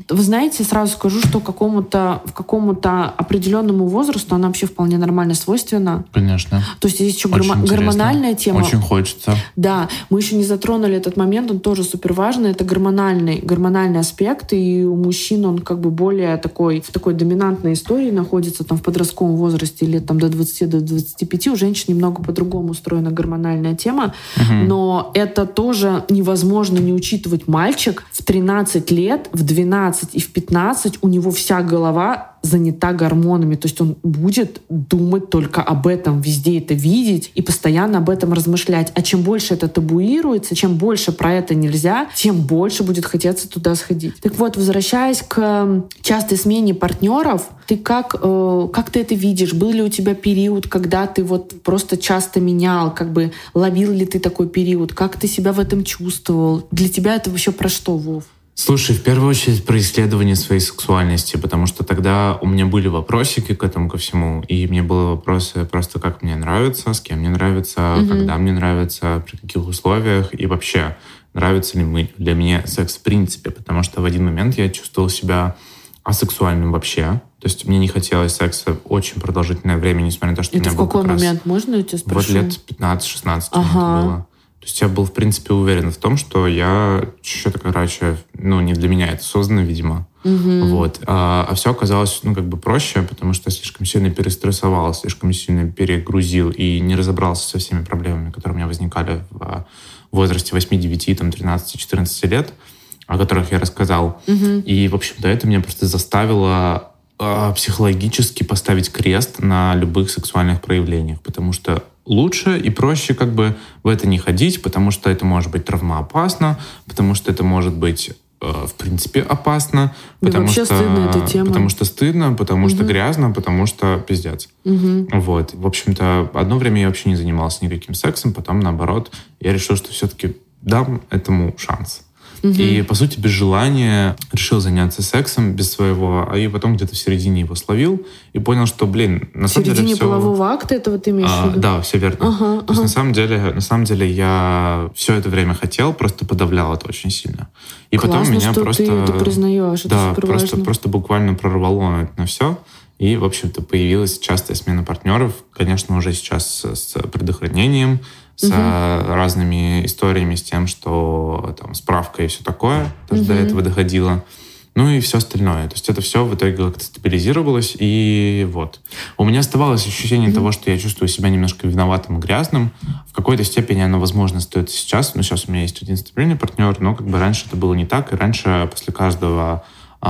Вы знаете, сразу скажу, что к какому-то определенному возрасту она вообще вполне нормально свойственна. Конечно. То есть есть еще гормональная тема. Очень хочется. Да, мы еще не затронули этот момент, он тоже супер важный. Это гормональный аспект, и у мужчин он как бы более в такой доминантной истории находится там в подростковом возрасте лет там до 20, до 25. У женщин немного по-другому устроена гормональная тема, но это тоже невозможно не учитывать. Мальчик в 13 лет, в 12 и в 15 у него вся голова занята гормонами. То есть он будет думать только об этом, везде это видеть и постоянно об этом размышлять. А чем больше это табуируется, чем больше про это нельзя, тем больше будет хотеться туда сходить. Так вот, возвращаясь к частой смене партнеров, ты как ты это видишь? Был ли у тебя период, когда ты вот просто часто менял, как бы ловил ли ты такой период? Как ты себя в этом чувствовал? Для тебя это вообще про что, Вов? Слушай, в первую очередь про исследование своей сексуальности, потому что тогда у меня были вопросики к этому ко всему, и мне были вопросы просто, как мне нравится, с кем мне нравится, когда мне нравится, при каких условиях, и вообще, нравится ли для меня секс в принципе, потому что в один момент я чувствовал себя асексуальным вообще, то есть мне не хотелось секса очень продолжительное время, несмотря на то, что это у меня был как раз... Это в какой момент? Можно я тебя спрошу? Вот лет 15-16 это было. То есть я был, в принципе, уверен в том, что я что-то, короче, не для меня это создано, видимо. Вот. А все оказалось, проще, потому что я слишком сильно перестрессовал, слишком сильно перегрузил и не разобрался со всеми проблемами, которые у меня возникали в возрасте 8, 9, 13, 14 лет, о которых я рассказал. И, в общем-то, это меня просто заставило психологически поставить крест на любых сексуальных проявлениях, потому что лучше и проще в это не ходить, потому что это может быть травмоопасно, потому что это может быть в принципе опасно, потому что стыдно эта тема. Потому что стыдно, потому что грязно, потому что пиздец. Вот. В общем-то, одно время я вообще не занимался никаким сексом, потом, наоборот, я решил, что все-таки дам этому шанс. И, по сути, без желания решил заняться сексом, без своего, и потом где-то в середине его словил и понял, что, на самом деле... В середине полового акта этого ты имеешь в виду? Да, все верно. То есть, на самом деле, я все это время хотел, просто подавлял это очень сильно. И классно, потом меня что просто... ты это признаешь, это супер важно. Просто буквально прорвало это на все. И, в общем-то, появилась частая смена партнеров. Конечно, уже сейчас с предохранением, с разными историями, с тем, что там справка и все такое, тоже до этого доходило. Ну и все остальное. То есть это все в итоге как-то стабилизировалось. И вот. У меня оставалось ощущение того, что я чувствую себя немножко виноватым и грязным. В какой-то степени оно, возможно, стоит сейчас. Сейчас у меня есть один стабильный партнер, но раньше это было не так. И раньше после каждого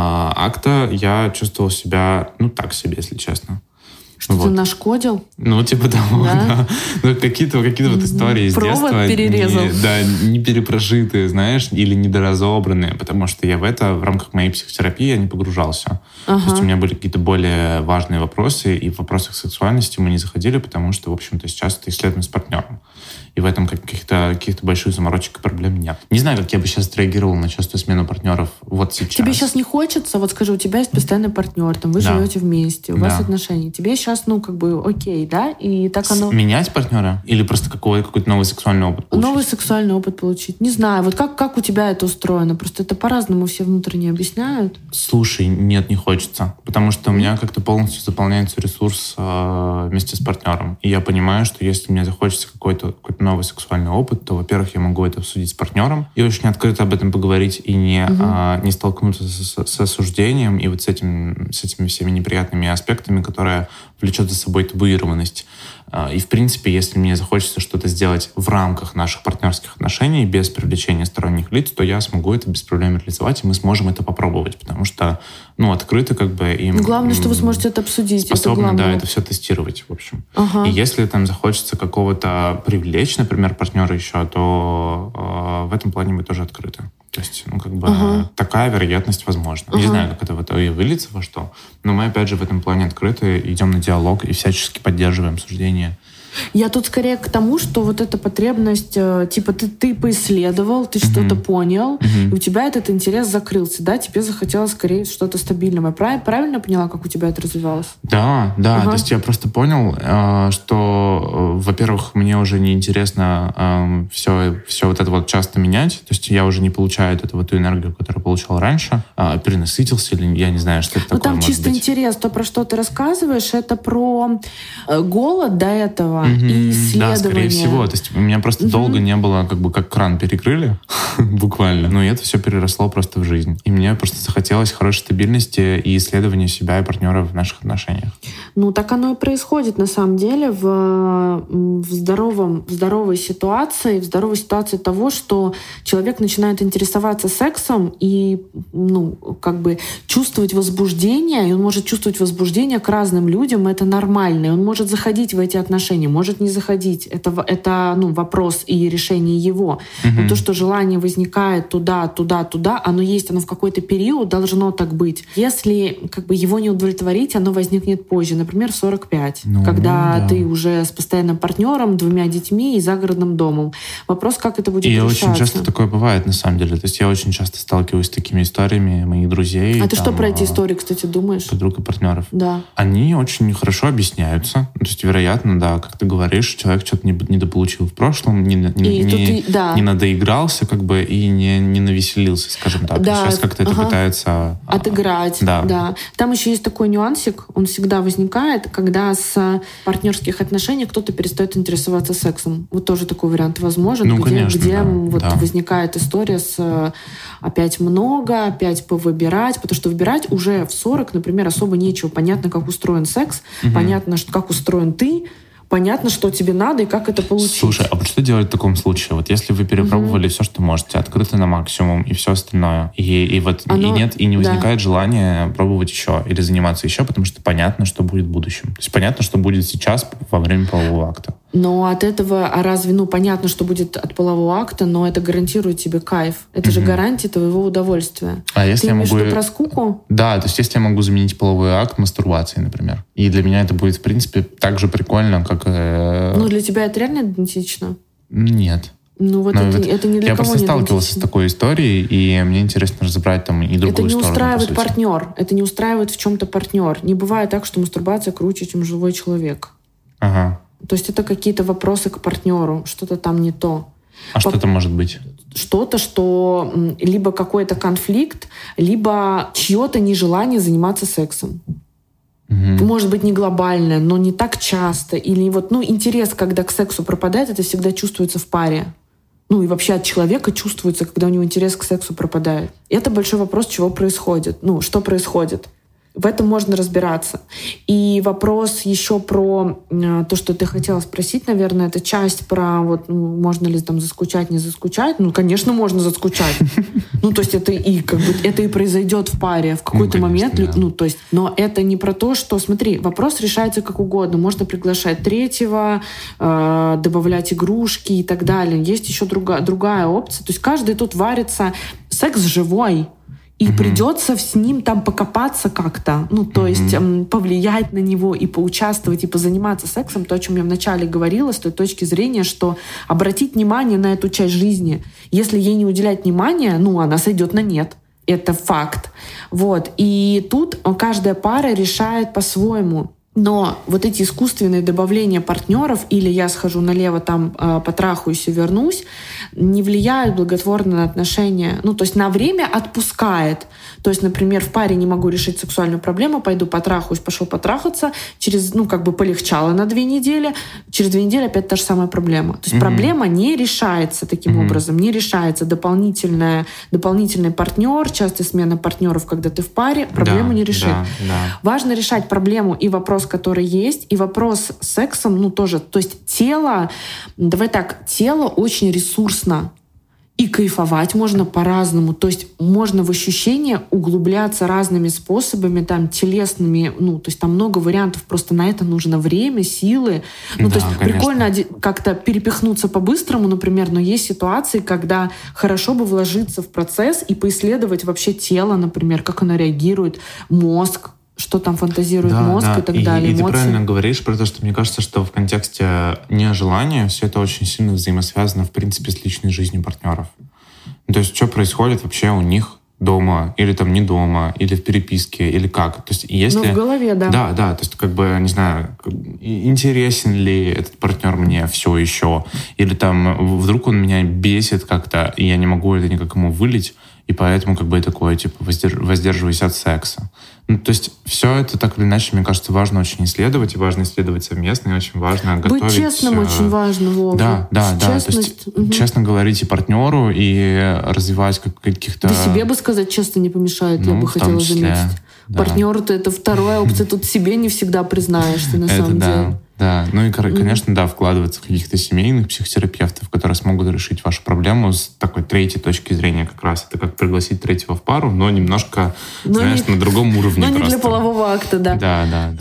акта я чувствовал себя, так себе, если честно. Что ты нашкодил? Типа того, да. Какие-то вот истории из провод детства. перерезал. Не перепрожитые, знаешь, или недоразобранные, потому что я в рамках моей психотерапии не погружался. То есть у меня были какие-то более важные вопросы, и в вопросах сексуальности мы не заходили, потому что, в общем-то, сейчас это исследуем с партнером. И в этом каких-то больших заморочек и проблем нет. Не знаю, как я бы сейчас отреагировал на частую смену партнеров вот сейчас. Тебе сейчас не хочется? Вот скажи, у тебя есть постоянный партнер, там вы живете вместе, у вас отношения. Тебе сейчас, окей, да? И так оно... Менять партнера? Или просто какой-то новый сексуальный опыт получить? Новый сексуальный опыт получить. Не знаю, вот как у тебя это устроено? Просто это по-разному все внутренне объясняют. Слушай, нет, не хочется. Потому что у меня как-то полностью заполняется ресурс вместе с партнером. И я понимаю, что если мне захочется какой-то новый сексуальный опыт, то, во-первых, я могу это обсудить с партнером и очень открыто об этом поговорить и не столкнуться с осуждением и вот с этими всеми неприятными аспектами, которые влечет за собой табуированность. И, в принципе, если мне захочется что-то сделать в рамках наших партнерских отношений, без привлечения сторонних лиц, то я смогу это без проблем реализовать, и мы сможем это попробовать, потому что, открыто и... Главное, что вы сможете это обсудить. Способны, это все тестировать, в общем. И если там захочется какого-то привлечь, например, партнера еще, то в этом плане мы тоже открыты. То есть, такая вероятность возможна. Не знаю, как это в итоге выльется во что, но мы, опять же, в этом плане открыты, идем на диалог и всячески поддерживаем суждения Я тут скорее к тому, что вот эта потребность, типа ты поисследовал, ты что-то понял, и у тебя этот интерес закрылся, да, тебе захотелось скорее что-то стабильного. Правильно поняла, как у тебя это развивалось? Да, то есть я просто понял, что, во-первых, мне уже неинтересно все вот это вот часто менять, то есть я уже не получаю ту энергию, которую получал раньше, перенасытился или я не знаю, что это такое. Там чисто интерес, то, про что ты рассказываешь, это про голод до этого и исследование. Да, скорее всего. То есть у меня просто долго не было, как кран перекрыли, буквально. Но это все переросло просто в жизнь. И мне просто захотелось хорошей стабильности и исследования себя и партнера в наших отношениях. Так оно и происходит на самом деле в здоровой ситуации того, что человек начинает интересоваться сексом и чувствовать возбуждение, и он может чувствовать возбуждение к разным людям, это нормально. И он может заходить в эти отношения, может не заходить. Это вопрос и решение его. Но то, что желание возникает туда, оно есть, оно в какой-то период должно так быть. Если его не удовлетворить, оно возникнет позже, например, в 45, когда ты уже с постоянным партнером, 2 детьми и загородным домом. Вопрос, как это будет решаться. И очень часто такое бывает, на самом деле. То есть я очень часто сталкиваюсь с такими историями моих друзей. А ты что про эти истории, кстати, думаешь? Подруг и партнеров. Да. Они очень хорошо объясняются. То есть, вероятно, да, как ты говоришь, человек что-то недополучил в прошлом, не надоигрался, и не навеселился, скажем так. Да. Сейчас как-то это пытается отыграть. Да. Там еще есть такой нюансик, он всегда возникает, когда с партнерских отношений кто-то перестает интересоваться сексом. Вот тоже такой вариант возможен, где возникает история с опять много, опять повыбирать, потому что выбирать уже в 40, например, особо нечего. Понятно, как устроен секс, понятно, как устроен ты, понятно, что тебе надо и как это получить. Слушай, а вот что делать в таком случае? Вот если вы перепробовали все, что можете, открыто на максимум и все остальное, и не возникает желания пробовать еще или заниматься еще, потому что понятно, что будет в будущем. То есть понятно, что будет сейчас во время полового акта. Но от этого, понятно, что будет от полового акта, но это гарантирует тебе кайф. Это же гарантия твоего удовольствия. А если ты я имеешь могу... в виду про скуку? Да, то есть если я могу заменить половой акт мастурбацией, например. И для меня это будет, в принципе, так же прикольно, как... для тебя это реально идентично? Нет. Это не для кого не идентично. Я просто сталкивался с такой историей, и мне интересно разобрать там и другую сторону. Это не устраивает партнер. Это не устраивает в чем-то партнер. Не бывает так, что мастурбация круче, чем живой человек. Ага. То есть это какие-то вопросы к партнеру, что-то там не то. А что это может быть? Что-то, что либо какой-то конфликт, либо чье-то нежелание заниматься сексом. Может быть, не глобальное, но не так часто. Или интерес, когда к сексу пропадает, это всегда чувствуется в паре. И вообще от человека чувствуется, когда у него интерес к сексу пропадает. И это большой вопрос, чего происходит. Что происходит? В этом можно разбираться. И вопрос еще про то, что ты хотела спросить, наверное, это часть про можно ли там заскучать, не заскучать. Конечно, можно заскучать. То есть это и произойдет в паре в какой-то момент. Да. Но это не про то, что, смотри, вопрос решается как угодно. Можно приглашать третьего, добавлять игрушки и так далее. Есть еще другая опция. То есть каждый тут варится. Секс живой. И придется с ним там покопаться как-то, то есть повлиять на него и поучаствовать, и позаниматься сексом, то, о чем я вначале говорила, с той точки зрения, что обратить внимание на эту часть жизни. Если ей не уделять внимания, она сойдет на нет. Это факт. И тут каждая пара решает по-своему. Но эти искусственные добавления партнеров, или я схожу налево, там потрахаюсь и вернусь, не влияют благотворно на отношения. То есть на время отпускает. То есть, например, в паре не могу решить сексуальную проблему, пойду потрахаюсь, пошел потрахаться, через, полегчало на 2 недели, через 2 недели опять та же самая проблема. То есть проблема не решается таким образом, не решается. Дополнительный партнер, частая смена партнеров, когда ты в паре, проблему не решит. Да. Важно решать проблему и вопрос, который есть, и вопрос с сексом, тоже. То есть тело очень ресурсно. И кайфовать можно по-разному. То есть можно в ощущение углубляться разными способами, телесными. То есть там много вариантов. Просто на это нужно время, силы. То есть конечно. Прикольно как-то перепихнуться по-быстрому, например, но есть ситуации, когда хорошо бы вложиться в процесс и поисследовать вообще тело, например, как оно реагирует, мозг, что там фантазирует мозг и так далее, эмоции. И ты правильно говоришь про то, что мне кажется, что в контексте нежелания все это очень сильно взаимосвязано, в принципе, с личной жизнью партнеров. То есть что происходит вообще у них дома, или там не дома, или в переписке, или как. То есть если... в голове, да. Да, то есть как бы, не знаю, интересен ли этот партнер мне все еще, или там вдруг он меня бесит как-то, и я не могу это никак ему вылить, и поэтому как бы такое, типа, воздерживаюсь от секса. То есть все это так или иначе, мне кажется, важно очень исследовать, и важно исследовать совместно, и очень важно готовить... Быть честным очень важно, Вова. Да. Честность. То есть честно говорить и партнеру, и развивать каких-то... Да себе бы сказать честно не помешает, я бы хотела заметить. Да. Партнеру-то это вторая опция, тут себе не всегда признаешься на самом деле. Да, ну и, конечно, вкладываться в каких-то семейных психотерапевтов, которые смогут решить вашу проблему с такой третьей точки зрения как раз. Это как пригласить третьего в пару, но немножко, на другом уровне. Но не для полового акта, да. Да.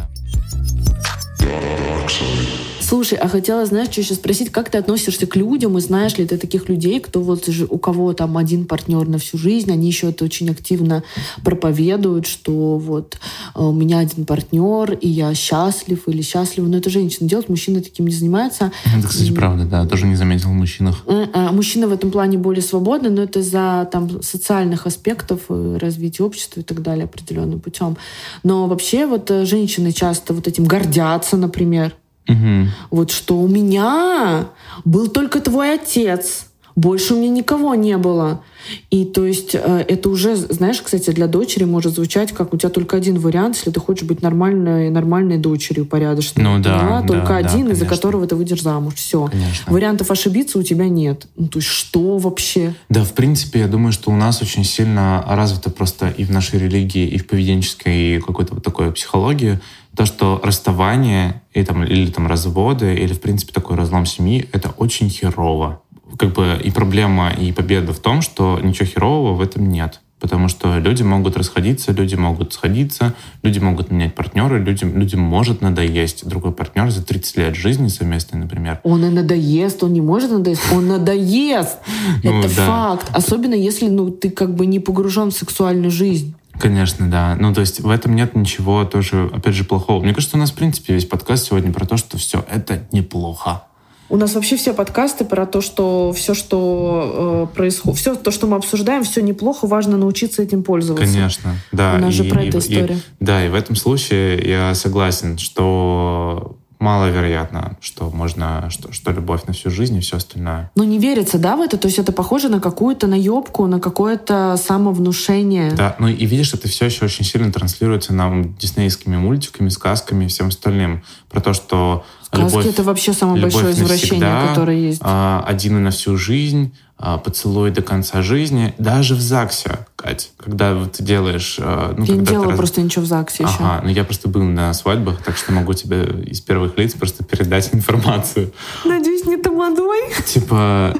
Слушай, а хотела, знаешь, что еще спросить, как ты относишься к людям, и знаешь ли ты таких людей, кто вот у кого там один партнер на всю жизнь, они еще это очень активно проповедуют, что вот у меня один партнер, и я счастлив или счастлива. Но это женщина делает, мужчина таким не занимается. Это, кстати, правда, да, тоже не заметил в мужчинах. Мужчины в этом плане более свободны, но это из-за там социальных аспектов, развития общества и так далее определенным путем. Но вообще вот женщины часто вот этим гордятся, например. Угу. Вот что у меня был только твой отец, больше у меня никого не было. И то есть это уже, знаешь, кстати, для дочери может звучать как у тебя только один вариант, если ты хочешь быть нормальной дочерью, порядочной. Ну да, только один, конечно. из-за которого ты выйдешь замуж. Все. Вариантов ошибиться у тебя нет. Ну, то есть что вообще? Да, в принципе, я думаю, что у нас очень сильно развито просто и в нашей религии, и в поведенческой какой-то вот такой психологии то, что расставание или разводы, или, в принципе, такой разлом семьи — это очень херово. Как бы и проблема, и победа в том, что ничего херового в этом нет. Потому что люди могут расходиться, люди могут сходиться, люди могут менять партнера, людям может надоесть другой партнер за 30 лет жизни совместной, например. Он и надоест, он не может надоесть, он надоест. Это факт. Особенно если ты как бы не погружен в сексуальную жизнь. Конечно, да. То есть в этом нет ничего тоже, опять же, плохого. Мне кажется, у нас, в принципе, весь подкаст сегодня про то, что все это неплохо. У нас вообще все подкасты про то, что все, что происходит, все то, что мы обсуждаем, все неплохо, важно научиться этим пользоваться. Конечно, да. У нас же про эту историю. И в этом случае я согласен, что маловероятно, что можно, что любовь на всю жизнь и все остальное. Но не верится, да, в это? То есть это похоже на какую-то наебку, на какое-то самовнушение. Да, и видишь, это все еще очень сильно транслируется нам диснеевскими мультиками, сказками и всем остальным. Про то, что сказки — это вообще самое большое извращение, которое есть. Один и на всю жизнь, поцелуй до конца жизни. Даже в ЗАГСе, Кать, когда ты делаешь... я не делала просто ничего в ЗАГСе еще. Я просто был на свадьбах, так что могу тебе из первых лиц просто передать информацию. Надеюсь, не тамадой. Типа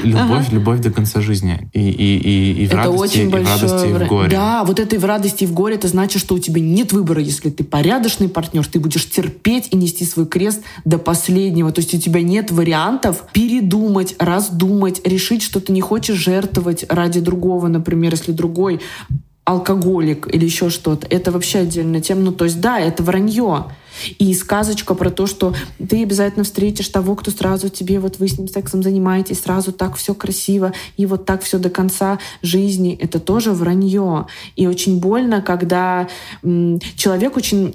любовь до конца жизни. И в радости, и в радости, и в горе. Да, вот это и в радости, и в горе, это значит, что у тебя нет выбора. Если ты порядочный партнер, ты будешь терпеть и нести свой крест до последнего. То есть у тебя нет вариантов передумать, раздумать, решить, что ты не хочешь жертвовать ради другого, например, если другой алкоголик или еще что-то. Это вообще отдельная тема. То есть да, это вранье. И сказочка про то, что ты обязательно встретишь того, кто сразу тебе, вот вы с ним сексом занимаетесь, сразу так все красиво, и вот так все до конца жизни, это тоже вранье. И очень больно, когда человек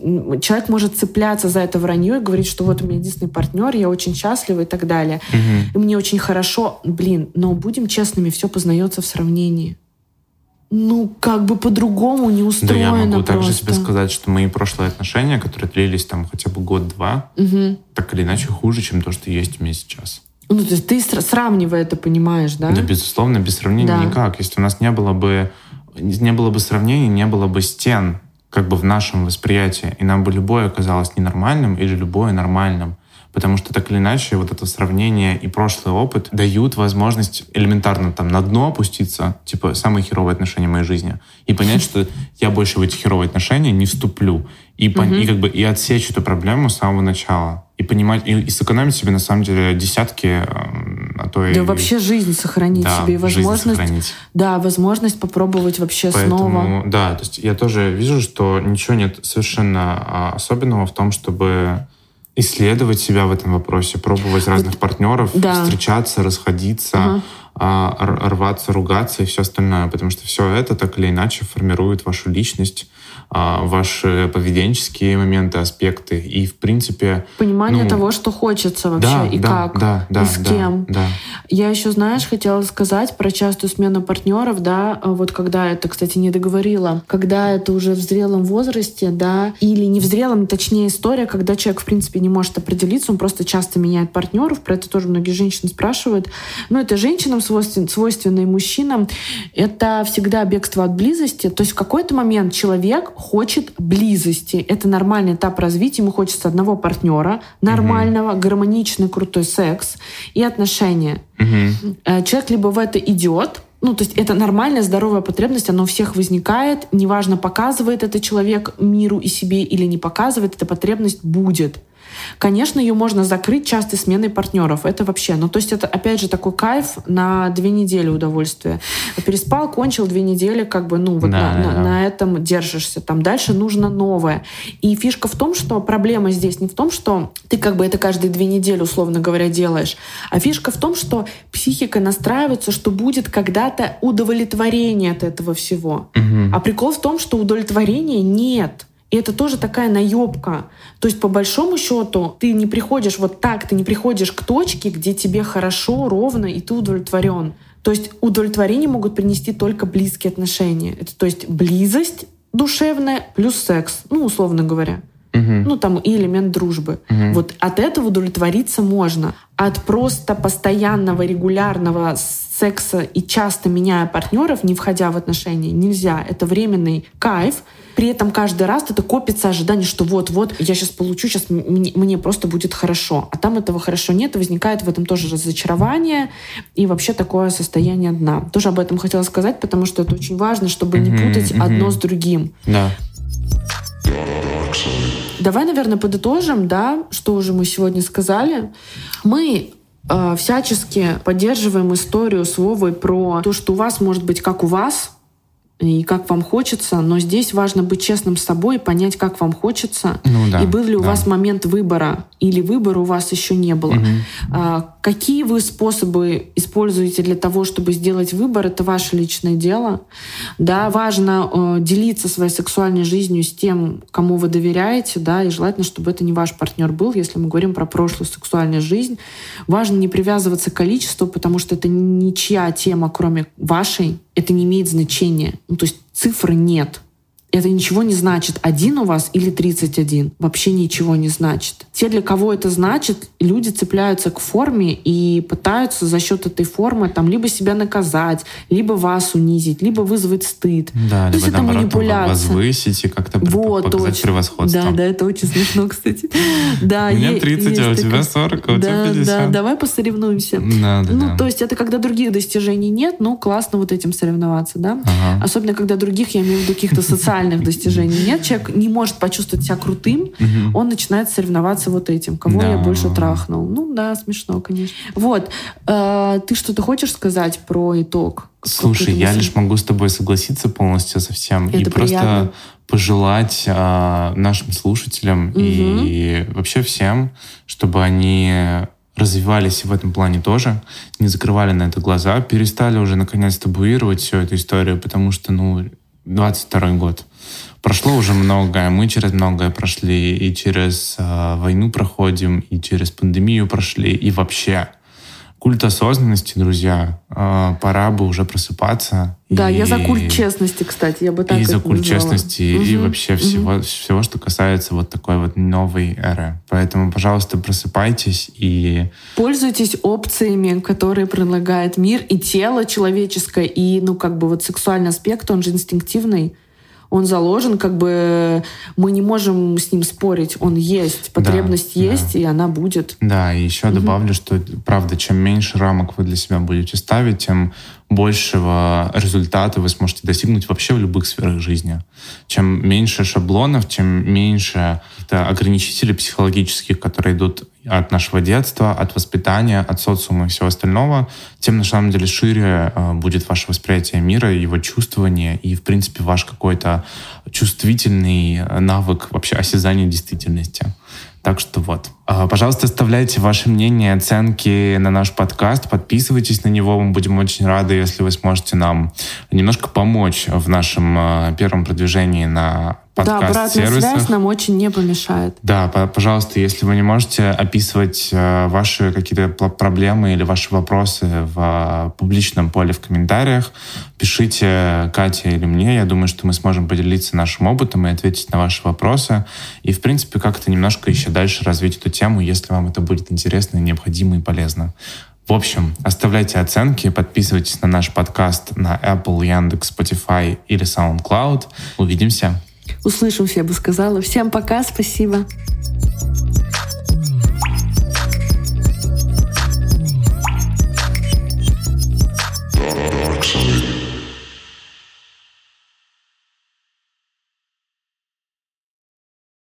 может цепляться за это вранье и говорить, что вот у меня единственный партнер, я очень счастлива и так далее. И мне очень хорошо. Но будем честными, все познается в сравнении. Как бы по-другому не устроено. Да, я могу просто. также себе сказать, что мои прошлые отношения, которые длились там хотя бы год-два, так или иначе хуже, чем то, что есть у меня сейчас. То есть ты сравнивая это понимаешь, да? Да, безусловно, без сравнения никак. Если у нас не было бы сравнений, не было бы стен как бы в нашем восприятии, и нам бы любое казалось ненормальным или любое нормальным. Потому что так или иначе вот это сравнение и прошлый опыт дают возможность элементарно там на дно опуститься, типа самые херовые отношения в моей жизни, и понять, что я больше в эти херовые отношения не вступлю. И отсечь эту проблему с самого начала. И понимать, и сэкономить себе на самом деле десятки а то и... Да вообще жизнь сохранить себе и возможность попробовать вообще снова. Да, то есть я тоже вижу, что ничего нет совершенно особенного в том, чтобы исследовать себя в этом вопросе, пробовать разных партнеров, встречаться, расходиться, рваться, ругаться и все остальное, потому что все это так или иначе формирует вашу личность, ваши поведенческие моменты, аспекты и, в принципе... Понимание того, что хочется вообще и как, и с кем. Да. Я еще, знаешь, хотела сказать про частую смену партнеров, да, вот когда это, кстати, не договорила, когда это уже в зрелом возрасте, да, или не в зрелом, точнее история, когда человек, в принципе, не может определиться, он просто часто меняет партнеров, про это тоже многие женщины спрашивают. Но это женщинам свойственно и мужчинам, это всегда бегство от близости, то есть в какой-то момент человек хочет близости. Это нормальный этап развития. Ему хочется одного партнера, нормального, гармоничный, крутой секс и отношения. Человек либо в это идет, то есть это нормальная, здоровая потребность, она у всех возникает. Неважно, показывает это человек миру и себе или не показывает, эта потребность будет. Конечно, ее можно закрыть частой сменой партнеров. Это вообще, то есть это, опять же, такой кайф на 2 недели удовольствия. Переспал, кончил 2 недели, на этом держишься. Там дальше нужно новое. И фишка в том, что проблема здесь не в том, что ты это каждые 2 недели, условно говоря, делаешь, а фишка в том, что психика настраивается, что будет когда-то удовлетворение от этого всего. А прикол в том, что удовлетворения нет. И это тоже такая наебка. То есть, по большому счету, ты не приходишь ты не приходишь к точке, где тебе хорошо, ровно, и ты удовлетворен. То есть удовлетворение могут принести только близкие отношения. Это, то есть близость душевная плюс секс, условно говоря. И элемент дружбы. Вот от этого удовлетвориться можно. От просто постоянного, регулярного секса и часто меняя партнеров, не входя в отношения, нельзя. Это временный кайф. При этом каждый раз это копится ожидание, что вот-вот я сейчас получу, сейчас мне просто будет хорошо. А там этого хорошо нет, и возникает в этом тоже разочарование и вообще такое состояние дна. Тоже об этом хотела сказать, потому что это очень важно, чтобы не путать одно с другим. Да. Давай, наверное, подытожим, что уже мы сегодня сказали. Мы всячески поддерживаем историю с Вовой про то, что у вас может быть как у вас, и как вам хочется, но здесь важно быть честным с собой и понять, как вам хочется, и был ли у вас момент выбора, или выбора у вас еще не было. Какие вы способы используете для того, чтобы сделать выбор, это ваше личное дело. Да, важно делиться своей сексуальной жизнью с тем, кому вы доверяете, и желательно, чтобы это не ваш партнер был, если мы говорим про прошлую сексуальную жизнь. Важно не привязываться к количеству, потому что это ничья тема, кроме вашей. Это не имеет значения. То есть цифры нет. Это ничего не значит, 1 у вас или 31. Вообще ничего не значит. Те, для кого это значит, люди цепляются к форме и пытаются за счет этой формы либо себя наказать, либо вас унизить, либо вызвать стыд. Да, то либо есть это манипуляция. Возвысить и как-то показать превосходство. Да, это очень смешно, кстати. У меня 30, а у тебя 40, а у тебя 50. Да, давай посоревнуемся. То есть это когда других достижений нет, классно вот этим соревноваться, да? Особенно когда других, я имею в виду каких-то социальных достижений нет, человек не может почувствовать себя крутым, он начинает соревноваться вот этим, кого я больше трахнул. Смешно, конечно. Вот. Ты что-то хочешь сказать про итог? Слушай, я лишь могу с тобой согласиться полностью со всем. Это и приятно. Просто пожелать нашим слушателям и вообще всем, чтобы они развивались в этом плане тоже, не закрывали на это глаза, перестали уже наконец табуировать всю эту историю, потому что, 22-й год. Прошло уже многое, мы через многое прошли, и через войну проходим, и через пандемию прошли, и вообще. Культ осознанности, друзья, пора бы уже просыпаться. Да, я за культ честности, кстати, я бы так и это за культ назвала. честности, и вообще всего, что касается вот такой вот новой эры. Поэтому, пожалуйста, просыпайтесь и... Пользуйтесь опциями, которые предлагает мир, и тело человеческое, и, сексуальный аспект, он же инстинктивный. Он заложен, мы не можем с ним спорить. Он есть, потребность есть, и она будет. Да, и еще добавлю, что, правда, чем меньше рамок вы для себя будете ставить, тем большего результата вы сможете достигнуть вообще в любых сферах жизни. Чем меньше шаблонов, чем меньше ограничителей психологических, которые идут от нашего детства, от воспитания, от социума и всего остального, тем на самом деле шире будет ваше восприятие мира, его чувствование и, в принципе, ваш какой-то чувствительный навык вообще осязания действительности. Так что вот. Пожалуйста, оставляйте ваше мнение, оценки на наш подкаст, подписывайтесь на него, мы будем очень рады, если вы сможете нам немножко помочь в нашем первом продвижении на подкаст-сервисах. Да, обратная связь нам очень не помешает. Да, пожалуйста, если вы не можете описывать ваши какие-то проблемы или ваши вопросы в публичном поле в комментариях, пишите Кате или мне. Я думаю, что мы сможем поделиться нашим опытом и ответить на ваши вопросы. И, в принципе, как-то немножко еще дальше развить эту тему, если вам это будет интересно, необходимо и полезно. В общем, оставляйте оценки, подписывайтесь на наш подкаст на Apple, Яндекс, Spotify или SoundCloud. Увидимся. Услышимся, я бы сказала. Всем пока, спасибо.